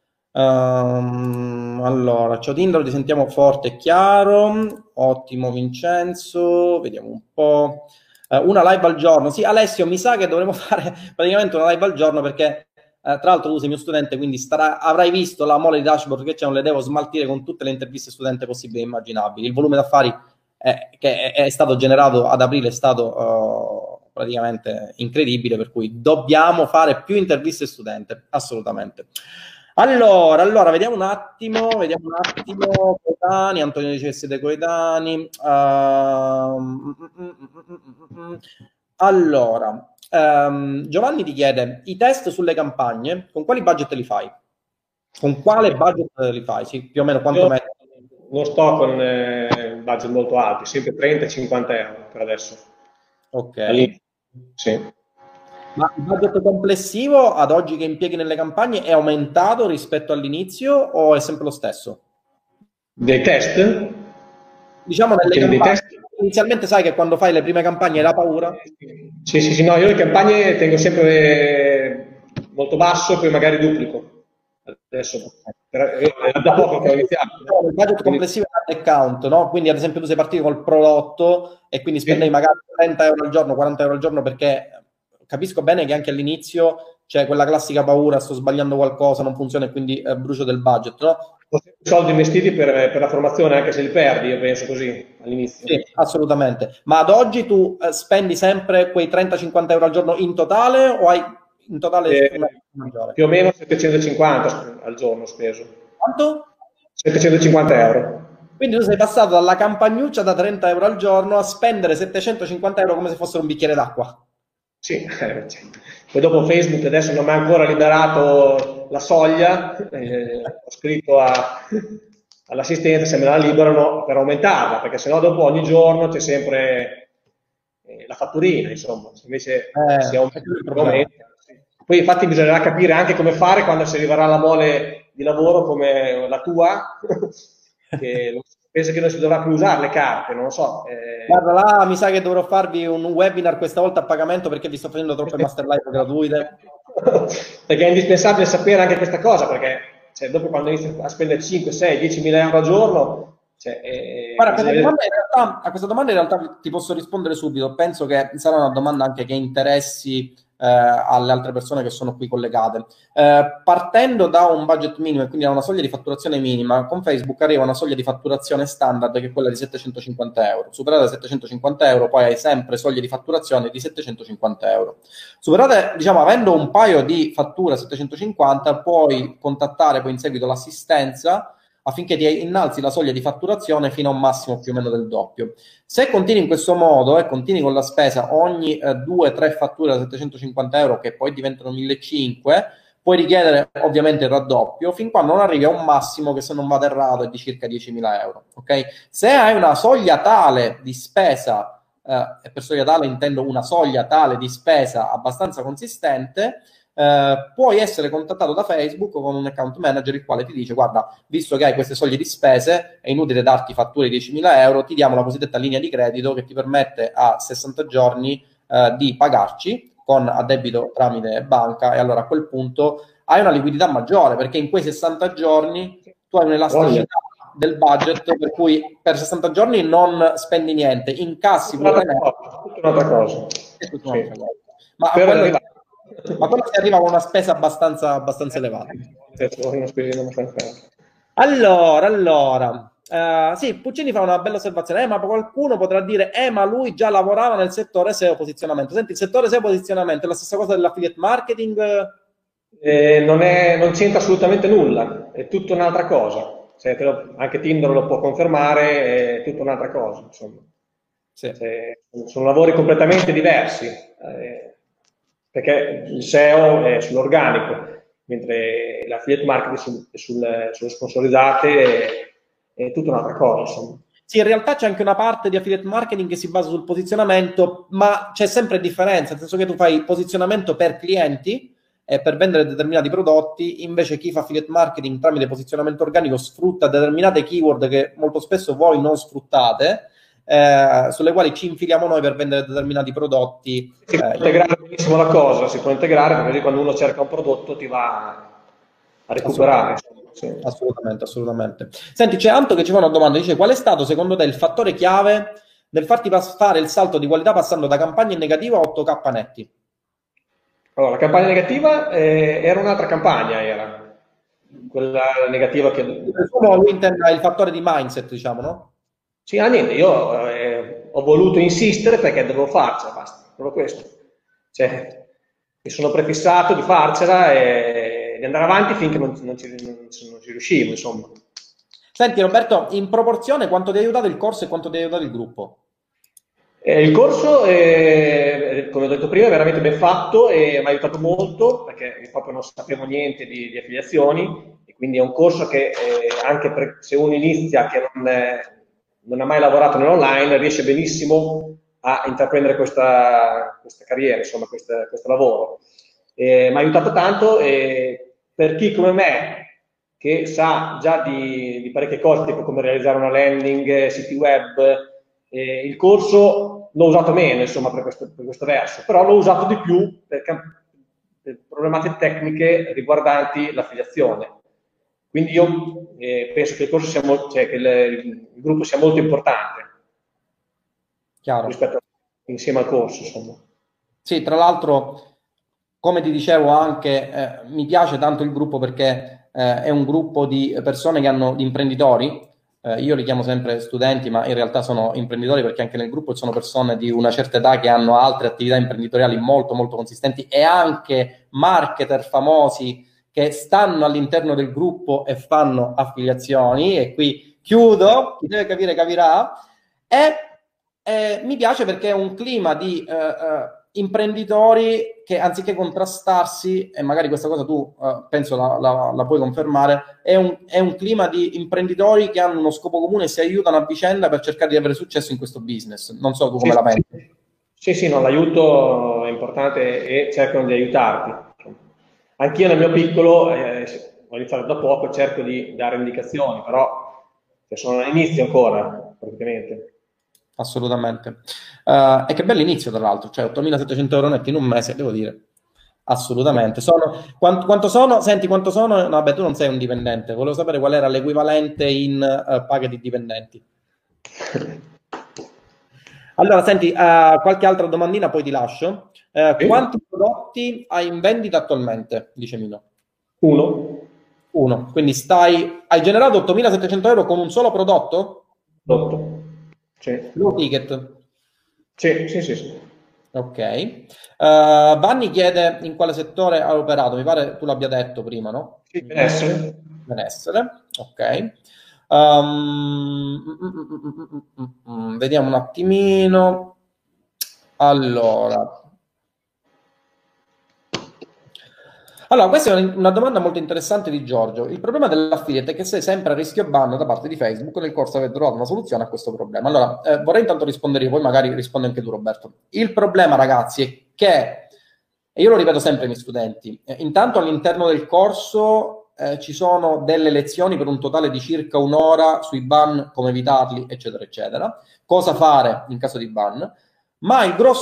Allora, ciao Tindaro, ti sentiamo forte e chiaro. Ottimo Vincenzo, vediamo un po'. Una live al giorno. Sì, Alessio, mi sa che dovremo fare praticamente una live al giorno perché tra l'altro tu sei mio studente, quindi avrai visto la mole di dashboard che c'è, non le devo smaltire con tutte le interviste studente possibili e immaginabili. Il volume d'affari che è stato generato ad aprile è stato praticamente incredibile, per cui dobbiamo fare più interviste studente, assolutamente. Allora, vediamo un attimo, coetanei, Antonio dice che siete coetanei. Allora, Giovanni ti chiede, i test sulle campagne, con quali budget li fai? Con quale budget li fai? Sì, più o meno quanto metti? Non sto con budget molto alti, sempre 30-50 euro per adesso. Ok. Sì. Ma il budget complessivo ad oggi che impieghi nelle campagne è aumentato rispetto all'inizio o è sempre lo stesso? Dei test? Diciamo nelle Intendi dei campagne, test? inizialmente sai che quando fai le prime campagne hai la paura. Sì, sì, sì, no, io le campagne tengo sempre molto basso e poi magari duplico. Adesso, è da poco che ho iniziato. Il budget Quindi, complessivo è ad account, no? Quindi ad esempio tu sei partito col prodotto e quindi spendevi sì. magari 30 euro al giorno, 40 euro al giorno perché capisco bene che anche all'inizio c'è quella classica paura, sto sbagliando qualcosa, non funziona e quindi brucio del budget, no? Ho sempre i soldi investiti per la formazione, anche se li perdi, io penso così all'inizio. Sì, assolutamente. Ma ad oggi tu spendi sempre quei 30-50 euro al giorno in totale o hai in totale Eh, una maggiore? più o meno 750 al giorno ho speso. Quanto? 750 euro. Quindi tu sei passato dalla campagnuccia da 30 euro al giorno a spendere 750 euro come se fossero un bicchiere d'acqua. Sì, cioè, poi dopo Facebook adesso non mi ha ancora liberato la soglia, ho scritto all'assistenza se me la liberano per aumentarla, perché sennò dopo ogni giorno c'è sempre la fatturina, insomma, se invece si È quello il problema. aumenta. Sì. Poi infatti bisognerà capire anche come fare quando si arriverà alla mole di lavoro come la tua, che penso che non si dovrà più usare le carte, non lo so. Guarda, là mi sa che dovrò farvi un webinar questa volta a pagamento perché vi sto facendo troppe master live gratuite. Perché è indispensabile sapere anche questa cosa, perché cioè, dopo quando inizi a spendere 5, 6, 10 mila euro al giorno, cioè, Guarda, a questa domanda in realtà ti posso rispondere subito. Penso che sarà una domanda anche che interessi alle altre persone che sono qui collegate. Partendo da un budget minimo e quindi da una soglia di fatturazione minima, con Facebook arriva una soglia di fatturazione standard che è quella di 750 euro. Superata 750 euro, poi hai sempre soglie di fatturazione di 750 euro. Superate, diciamo, avendo un paio di fatture a 750, puoi contattare poi in seguito l'assistenza affinché ti innalzi la soglia di fatturazione fino a un massimo più o meno del doppio. Se continui in questo modo e continui con la spesa ogni 2-3 fatture da 750 euro che poi diventano 1500, puoi richiedere ovviamente il raddoppio fin quando non arrivi a un massimo che, se non vado errato, è di circa 10.000 euro. Okay? Se hai una soglia tale di spesa, e per soglia tale intendo una soglia tale di spesa abbastanza consistente, puoi essere contattato da Facebook con un account manager il quale ti dice: guarda, visto che hai queste soglie di spese è inutile darti fatture di 10.000 euro, ti diamo la cosiddetta linea di credito che ti permette a 60 giorni di pagarci con addebito tramite banca, e allora a quel punto hai una liquidità maggiore perché in quei 60 giorni tu hai un'elasticità del budget per cui per 60 giorni non spendi niente, incassi tutta un'altra cosa. è tutta Sì. un'altra cosa. Ma quello si arriva con una spesa abbastanza elevata. Allora, sì, Puccini fa una bella osservazione, ma qualcuno potrà dire, ma lui già lavorava nel settore SEO posizionamento. Senti, il settore SEO posizionamento è la stessa cosa dell'affiliate marketing? Non c'entra assolutamente nulla, è tutta un'altra cosa. Cioè, anche Tinder lo può confermare, è tutta un'altra cosa, insomma. Sì. Cioè, sono lavori completamente diversi, perché il SEO è sull'organico, mentre l'affiliate marketing sulle sponsorizzate è tutta un'altra cosa, insomma. Sì, in realtà c'è anche una parte di affiliate marketing che si basa sul posizionamento, ma c'è sempre differenza, nel senso che tu fai posizionamento per clienti per vendere determinati prodotti, invece chi fa affiliate marketing tramite posizionamento organico sfrutta determinate keyword che molto spesso voi non sfruttate, sulle quali ci infiliamo noi per vendere determinati prodotti. Si può integrare benissimo la cosa, si può integrare perché quando uno cerca un prodotto ti va a recuperare. Sì. Assolutamente. Senti, c'è Anto che ci fa una domanda, dice: qual è stato secondo te il fattore chiave nel farti fare il salto di qualità passando da campagna in negativa a 8K netti? Allora, la campagna negativa era un'altra campagna, era quella negativa che... Lui intende il fattore di mindset, diciamo, no? Sì, niente, io ho voluto insistere perché dovevo farcela, basta, proprio questo. Cioè, mi sono prefissato di farcela e di andare avanti finché non ci riuscivo, insomma. Senti Roberto, in proporzione quanto ti ha aiutato il corso e quanto ti ha aiutato il gruppo? Il corso, come ho detto prima, è veramente ben fatto e mi ha aiutato molto perché proprio non sapevo niente di affiliazioni, e quindi è un corso che anche se uno inizia che non ha mai lavorato nell'online riesce benissimo a intraprendere questa carriera, insomma, questo lavoro. Mi ha aiutato tanto e per chi come me, che sa già di parecchie cose, tipo come realizzare una landing, siti web, il corso l'ho usato meno, insomma, per questo verso, però l'ho usato di più per problematiche tecniche riguardanti l'affiliazione. Quindi io penso che il corso che il gruppo sia molto importante. Chiaro. Insieme al corso, insomma. Sì, tra l'altro, come ti dicevo anche, mi piace tanto il gruppo perché è un gruppo di persone che hanno, di imprenditori, io li chiamo sempre studenti, ma in realtà sono imprenditori perché anche nel gruppo ci sono persone di una certa età che hanno altre attività imprenditoriali molto, molto consistenti e anche marketer famosi che stanno all'interno del gruppo e fanno affiliazioni. E qui chiudo, chi deve capire capirà. E mi piace perché è un clima di imprenditori che anziché contrastarsi, e magari questa cosa tu penso la puoi confermare, è un clima di imprenditori che hanno uno scopo comune e si aiutano a vicenda per cercare di avere successo in questo business. Non so tu come la pensi. Sì, no, l'aiuto è importante e cercano di aiutarti. Anch'io nel mio piccolo, ho iniziato da poco, cerco di dare indicazioni, però sono all'inizio ancora, praticamente. Assolutamente. E che bell'inizio, tra l'altro, cioè 8.700 euro netti in un mese, devo dire. Assolutamente. Quanto sono? Senti, quanto sono? No, vabbè, tu non sei un dipendente. Volevo sapere qual era l'equivalente in paghe di dipendenti. Allora, senti, qualche altra domandina, poi ti lascio. Quanti prodotti hai in vendita attualmente? Dice Mino. Uno. Quindi hai generato 8.700 euro con un solo prodotto? Prodotto. Sì. Low ticket? Sì. Ok. Vanni chiede in quale settore ha operato, mi pare tu l'abbia detto prima, no? Sì, benessere. Benessere, ok. Vediamo un attimino. Allora, questa è una domanda molto interessante di Giorgio. Il problema dell'affiliate è che sei sempre a rischio ban da parte di Facebook. Nel corso avete trovato una soluzione a questo problema. Allora, vorrei intanto rispondere io, poi magari rispondi anche tu, Roberto. Il problema, ragazzi, è che, e io lo ripeto sempre ai miei studenti, intanto all'interno del corso ci sono delle lezioni per un totale di circa un'ora sui ban, come evitarli, eccetera, eccetera. Cosa fare in caso di ban. Ma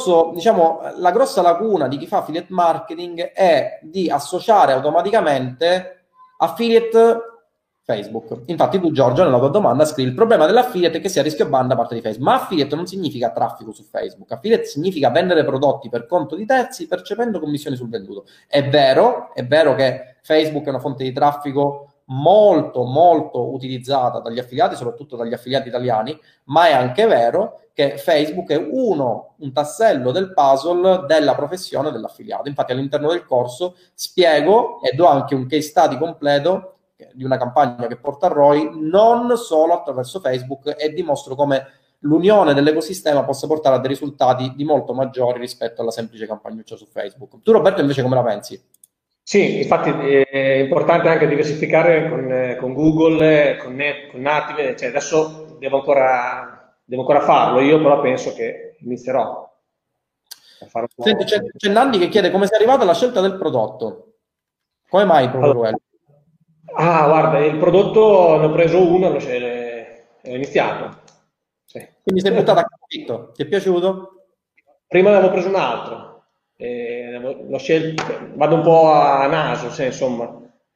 la grossa lacuna di chi fa affiliate marketing è di associare automaticamente affiliate Facebook. Infatti tu, Giorgio, nella tua domanda scrivi: il problema dell'affiliate è che sia a rischio ban da parte di Facebook. Ma affiliate non significa traffico su Facebook. Affiliate significa vendere prodotti per conto di terzi percependo commissioni sul venduto. È vero che Facebook è una fonte di traffico molto, molto utilizzata dagli affiliati, soprattutto dagli affiliati italiani, ma è anche vero che Facebook è un tassello del puzzle della professione dell'affiliato. Infatti all'interno del corso spiego e do anche un case study completo di una campagna che porta a ROI non solo attraverso Facebook e dimostro come l'unione dell'ecosistema possa portare a dei risultati di molto maggiori rispetto alla semplice campagnuccia su Facebook. Tu, Roberto, invece come la pensi? Sì, infatti è importante anche diversificare con Google, con Native, cioè adesso devo ancora farlo, io però penso che inizierò a fare un po'. Senti, c'è Nanni che chiede come sei arrivato alla scelta del prodotto. Come mai proprio quello? Guarda, il prodotto ne ho preso uno e ho iniziato. Sì. Quindi sei buttato a capitto. Ti è piaciuto? Prima ne avevo preso un altro. L'ho scelto, vado un po' a naso, cioè, insomma.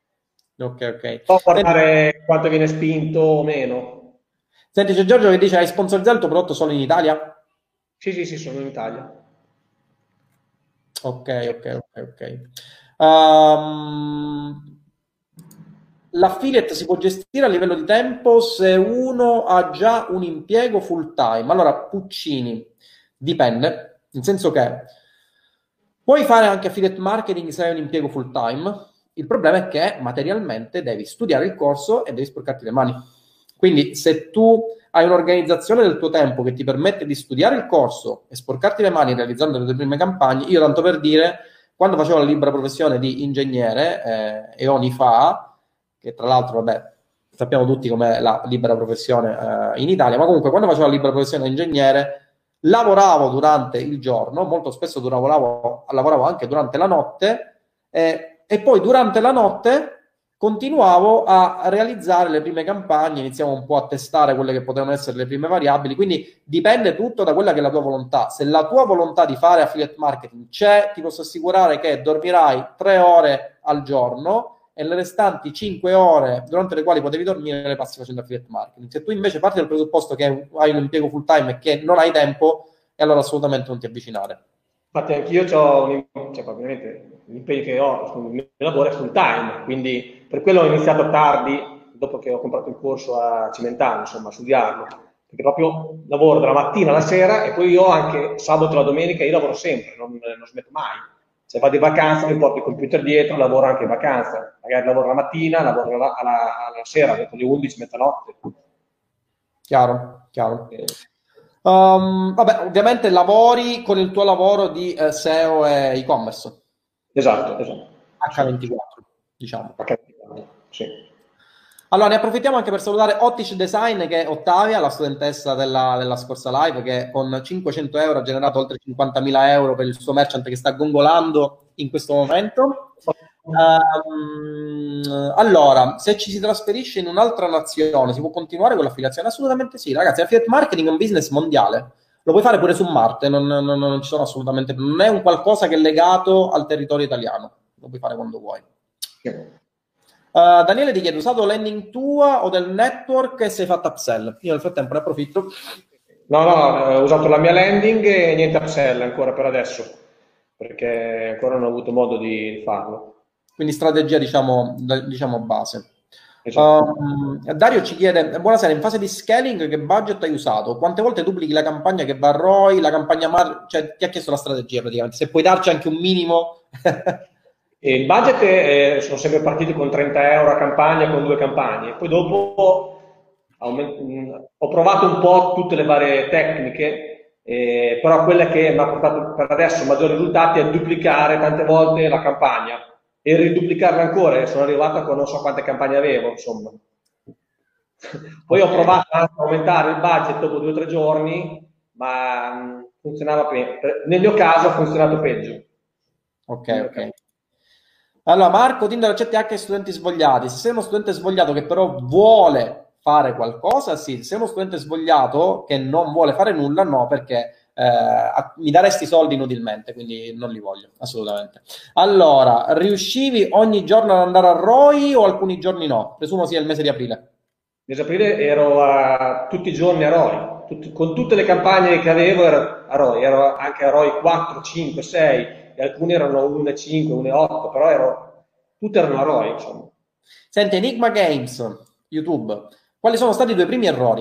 Ok. So guardare quanto viene spinto o meno. Senti, c'è Giorgio che dice: hai sponsorizzato il tuo prodotto solo in Italia? Sì, sono in Italia. Ok. L'affiliate si può gestire a livello di tempo se uno ha già un impiego full time. Allora, Puccini, dipende, nel senso che puoi fare anche affiliate marketing se hai un impiego full time. Il problema è che materialmente devi studiare il corso e devi sporcarti le mani. Quindi se tu hai un'organizzazione del tuo tempo che ti permette di studiare il corso e sporcarti le mani realizzando le tue prime campagne, io tanto per dire, quando facevo la libera professione di ingegnere, eoni fa, che tra l'altro, vabbè, sappiamo tutti com'è la libera professione in Italia, ma comunque quando facevo la libera professione di ingegnere, lavoravo durante il giorno, molto spesso lavoravo anche durante la notte, e poi durante la notte continuavo a realizzare le prime campagne, iniziamo un po' a testare quelle che potevano essere le prime variabili, quindi dipende tutto da quella che è la tua volontà. Se la tua volontà di fare affiliate marketing c'è, ti posso assicurare che dormirai 3 ore al giorno e le restanti 5 ore durante le quali potevi dormire le passi facendo affiliate marketing. Se tu invece parti dal presupposto che hai un impiego full time e che non hai tempo, e allora assolutamente non ti avvicinare. Infatti anch'io ho ovviamente l'impegno che ho sul mio lavoro è full time, quindi per quello ho iniziato tardi, dopo che ho comprato il corso a Cimentano, insomma, a studiarlo, perché proprio lavoro dalla mattina alla sera e poi io anche sabato e la domenica io lavoro sempre, non smetto mai. Se vado in vacanza mi porto il computer dietro, lavoro anche in vacanza, magari lavoro la mattina, lavoro alla sera, alle 11, mezzanotte. Chiaro, chiaro. Vabbè, ovviamente lavori con il tuo lavoro di SEO e e-commerce. Esatto. H24, diciamo. H24, sì. Allora, ne approfittiamo anche per salutare Ottici Design, che è Ottavia, la studentessa della scorsa live, che con 500 euro ha generato oltre 50.000 euro per il suo merchant che sta gongolando in questo momento. Allora, se ci si trasferisce in un'altra nazione, si può continuare con l'affiliazione? Assolutamente sì, ragazzi. Affiliate marketing è un business mondiale. Lo puoi fare pure su Marte, non ci sono assolutamente, non è un qualcosa che è legato al territorio italiano. Lo puoi fare quando vuoi. Daniele ti chiede, usato landing tua o del network e sei fatto upsell? Io nel frattempo ne approfitto. No, ho usato la mia landing e niente upsell ancora per adesso, perché ancora non ho avuto modo di farlo. Quindi strategia, diciamo base. Esatto. Dario ci chiede, buonasera, in fase di scaling che budget hai usato? Quante volte duplichi la campagna che va a ROI, la campagna cioè ti ha chiesto la strategia praticamente, se puoi darci anche un minimo. E il budget sono sempre partiti con 30 euro a campagna, con 2 campagne. Poi dopo ho provato un po' tutte le varie tecniche, però quella che mi ha portato per adesso maggiori risultati è duplicare tante volte la campagna e riduplicarla ancora. Sono arrivato a non so quante campagne avevo, insomma. Poi ho provato a aumentare il budget dopo 2 o 3 giorni, ma funzionava bene. Nel mio caso ha funzionato peggio. Ok. Allora, Marco, Tinder accetta anche studenti svogliati. Se sei uno studente svogliato che però vuole fare qualcosa, sì. Se sei uno studente svogliato che non vuole fare nulla, no, perché mi daresti soldi inutilmente, quindi non li voglio, assolutamente. Allora, riuscivi ogni giorno ad andare a ROI o alcuni giorni no? Presumo sia il mese di aprile. Il mese di aprile ero tutti i giorni a ROI, con tutte le campagne che avevo ero a ROI, ero anche a ROI 4, 5, 6, e alcuni erano 1,5, 1,8, però tutti erano a ROI, insomma. Senti, Enigma Games, YouTube, quali sono stati i tuoi primi errori?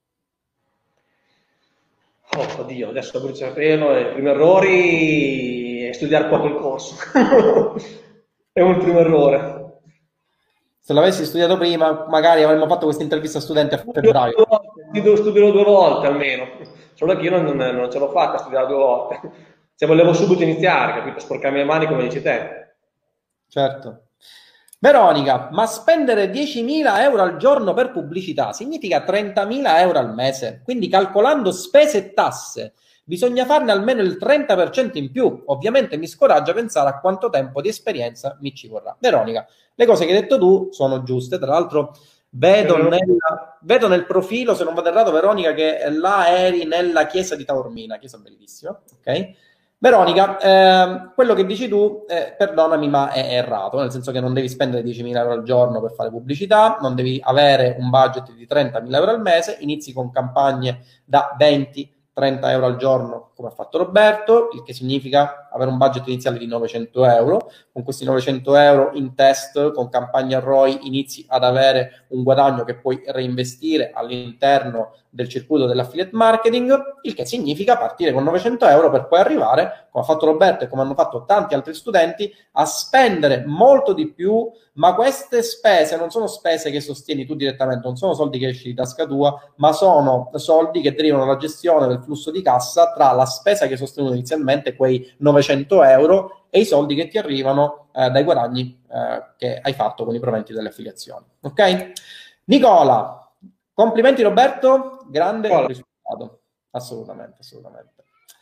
Oh, oddio, adesso brucia pelo, i primi errori è studiare poco il corso. È un primo errore. Se l'avessi studiato prima, magari avremmo fatto questa intervista a studenti a febbraio. Studierò 2 volte almeno, solo che io non ce l'ho fatta a studiare 2 volte. Se volevo subito iniziare, capito? Sporcarmi le mani come dici te. Certo. Veronica, ma spendere 10.000 euro al giorno per pubblicità significa 30.000 euro al mese. Quindi calcolando spese e tasse, bisogna farne almeno il 30% in più. Ovviamente mi scoraggia pensare a quanto tempo di esperienza mi ci vorrà. Veronica, le cose che hai detto tu sono giuste. Tra l'altro vedo nel profilo, se non vado errato, Veronica, che là eri nella chiesa di Taormina, chiesa bellissima, ok? Veronica, quello che dici tu, perdonami, ma è errato, nel senso che non devi spendere 10.000 euro al giorno per fare pubblicità, non devi avere un budget di 30.000 euro al mese, inizi con campagne da 20-30 euro al giorno, come ha fatto Roberto, il che significa avere un budget iniziale di 900 euro. Con questi 900 euro in test, con campagna ROI, inizi ad avere un guadagno che puoi reinvestire all'interno del circuito dell'affiliate marketing, il che significa partire con 900 euro per poi arrivare, come ha fatto Roberto e come hanno fatto tanti altri studenti, a spendere molto di più, ma queste spese non sono spese che sostieni tu direttamente, non sono soldi che esci di tasca tua, ma sono soldi che derivano dalla gestione del flusso di cassa tra la spesa che hai sostenuto inizialmente, quei 900 euro, e i soldi che ti arrivano dai guadagni che hai fatto con i proventi delle affiliazioni. Ok? Nicola, complimenti Roberto, grande risultato, assolutamente.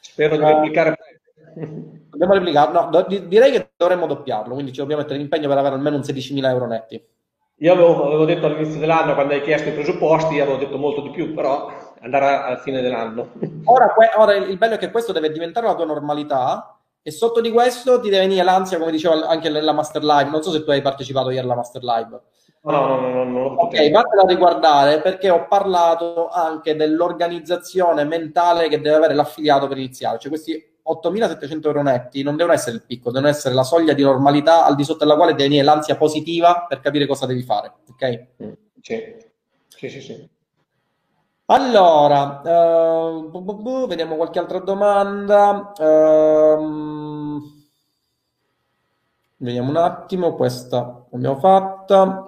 Spero di replicare. Dobbiamo replicare, no, direi che dovremmo doppiarlo, quindi ci dobbiamo mettere l'impegno per avere almeno un 16.000 euro netti. Io avevo detto all'inizio dell'anno, quando hai chiesto i presupposti, avevo detto molto di più, però andrà alla fine dell'anno. Ora il bello è che questo deve diventare la tua normalità e sotto di questo ti deve venire l'ansia, come dicevo anche nella Master Live. Non so se tu hai partecipato ieri alla Master Live. No, non l'ho potuto. Ok, vattela a riguardare perché ho parlato anche dell'organizzazione mentale che deve avere l'affiliato per iniziare. Cioè questi 8.700 euro netti non devono essere il picco, devono essere la soglia di normalità al di sotto della quale deve venire l'ansia positiva per capire cosa devi fare. Ok? Sì. Allora, vediamo qualche altra domanda. Vediamo un attimo, questa l'abbiamo fatta.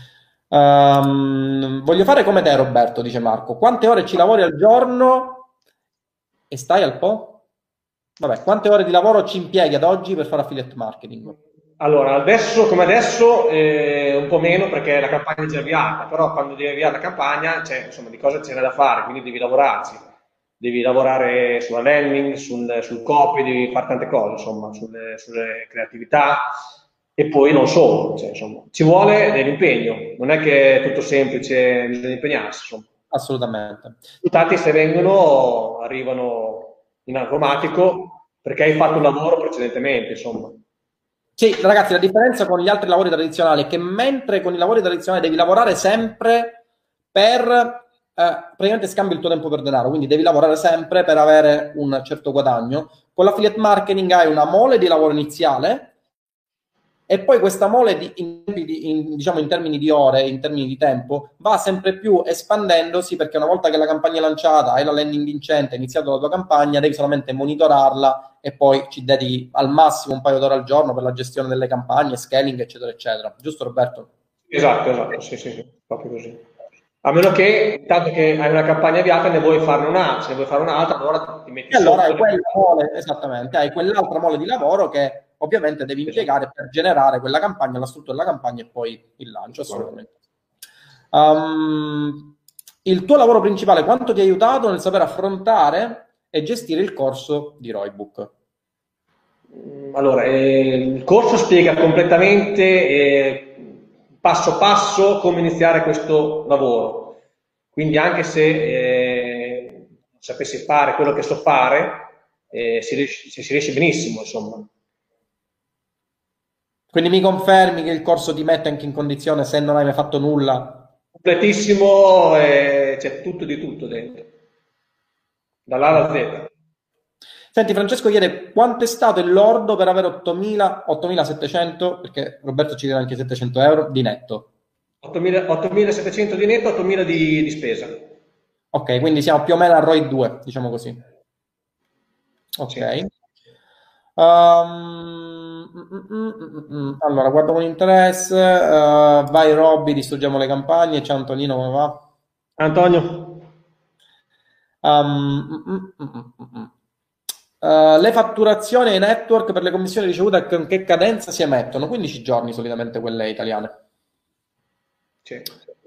Voglio fare come te, Roberto, dice Marco. Quante ore ci lavori al giorno e stai al po'? Vabbè, quante ore di lavoro ci impieghi ad oggi per fare affiliate marketing? Allora, adesso come adesso un po' meno perché la campagna è già avviata, però quando devi avviare la campagna, insomma, di cose ce n'è da fare, quindi devi lavorarci. Devi lavorare sulla landing, sul copy, devi fare tante cose, insomma, sulle creatività e poi non solo, insomma, ci vuole dell'impegno, non è che è tutto semplice, bisogna impegnarsi, insomma. Assolutamente. I risultati se vengono, arrivano in automatico perché hai fatto un lavoro precedentemente, insomma. Sì, ragazzi, la differenza con gli altri lavori tradizionali è che mentre con i lavori tradizionali devi lavorare sempre per praticamente scambi il tuo tempo per denaro, quindi devi lavorare sempre per avere un certo guadagno. Con l'affiliate marketing hai una mole di lavoro iniziale e poi questa mole diciamo in termini di ore, in termini di tempo, va sempre più espandendosi perché una volta che la campagna è lanciata, hai la landing vincente, hai iniziato la tua campagna, devi solamente monitorarla e poi ci dedichi al massimo un paio d'ore al giorno per la gestione delle campagne, scaling, eccetera, eccetera. Giusto, Roberto? Esatto, sì, proprio così. A meno che, intanto che hai una campagna avviata, ne vuoi farne un'altra, se ne vuoi fare un'altra, allora ti metti E allora sotto. hai quella mole, esattamente, hai quell'altra mole di lavoro che ovviamente devi impiegare per generare quella campagna, la struttura della campagna e poi il lancio, assolutamente. Il tuo lavoro principale quanto ti ha aiutato nel saper affrontare e gestire il corso di Roybook? Allora, il corso spiega completamente passo passo come iniziare questo lavoro. Quindi anche se non sapessi fare quello che so fare, si riesce benissimo, insomma. Quindi mi confermi che il corso ti mette anche in condizione, se non hai mai fatto nulla? Completissimo, c'è tutto di tutto dentro, dall'A alla Z. Senti, Francesco chiede quanto è stato il lordo per avere 8.700, perché Roberto ci deve anche 700 euro, di netto. 8.700 di netto, 8.000 di spesa. Ok, quindi siamo più o meno a ROI 2, diciamo così. Ok. Sì. Allora, guardo con interesse. Vai Robby, distruggiamo le campagne. Ciao Antonino, come va? Antonio? Le fatturazioni ai network per le commissioni ricevute con che cadenza si emettono? 15 giorni solitamente quelle italiane. Sì.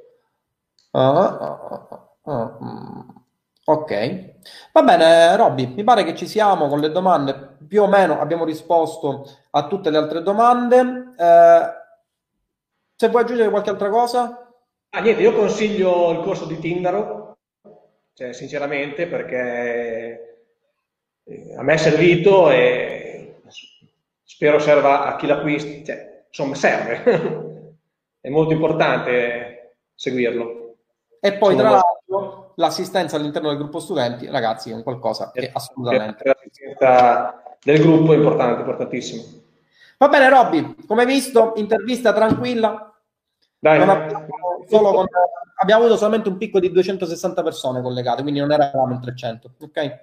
Ok, va bene Robby, mi pare che ci siamo con le domande, più o meno abbiamo risposto a tutte le altre domande. Se vuoi aggiungere qualche altra cosa? Niente, io consiglio il corso di Tindaro, cioè, sinceramente, perché a me è servito e spero serva a chi l'acquista, cioè, insomma, serve. È molto importante seguirlo. E poi tra l'altro l'assistenza all'interno del gruppo studenti, ragazzi, è un qualcosa che assolutamente... L'assistenza del gruppo è importante, importantissimo. Va bene Robby, come hai visto, intervista tranquilla. Dai. Abbiamo avuto solamente un picco di 260 persone collegate, quindi non eravamo in 300. Ok,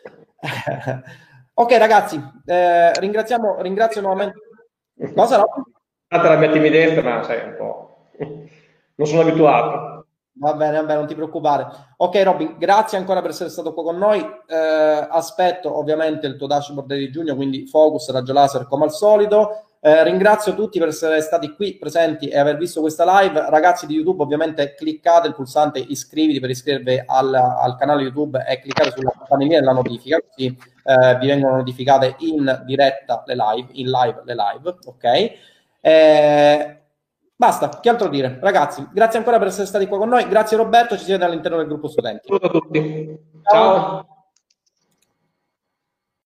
ok ragazzi, ringrazio nuovamente. Cosa no? La mia timidezza, ma sai, un po'. Non sono abituato. Va bene, non ti preoccupare. Ok Robby, grazie ancora per essere stato qua con noi. Aspetto ovviamente il tuo dashboard di giugno, quindi focus, raggio laser come al solito. Ringrazio tutti per essere stati qui presenti e aver visto questa live. Ragazzi di YouTube, ovviamente cliccate il pulsante iscriviti per iscrivervi al canale YouTube e cliccate sulla campanellina della notifica, così vi vengono notificate in diretta le live, ok? Basta, che altro dire? Ragazzi, grazie ancora per essere stati qua con noi. Grazie Roberto, ci si vede all'interno del gruppo studenti. Ciao a tutti. Ciao.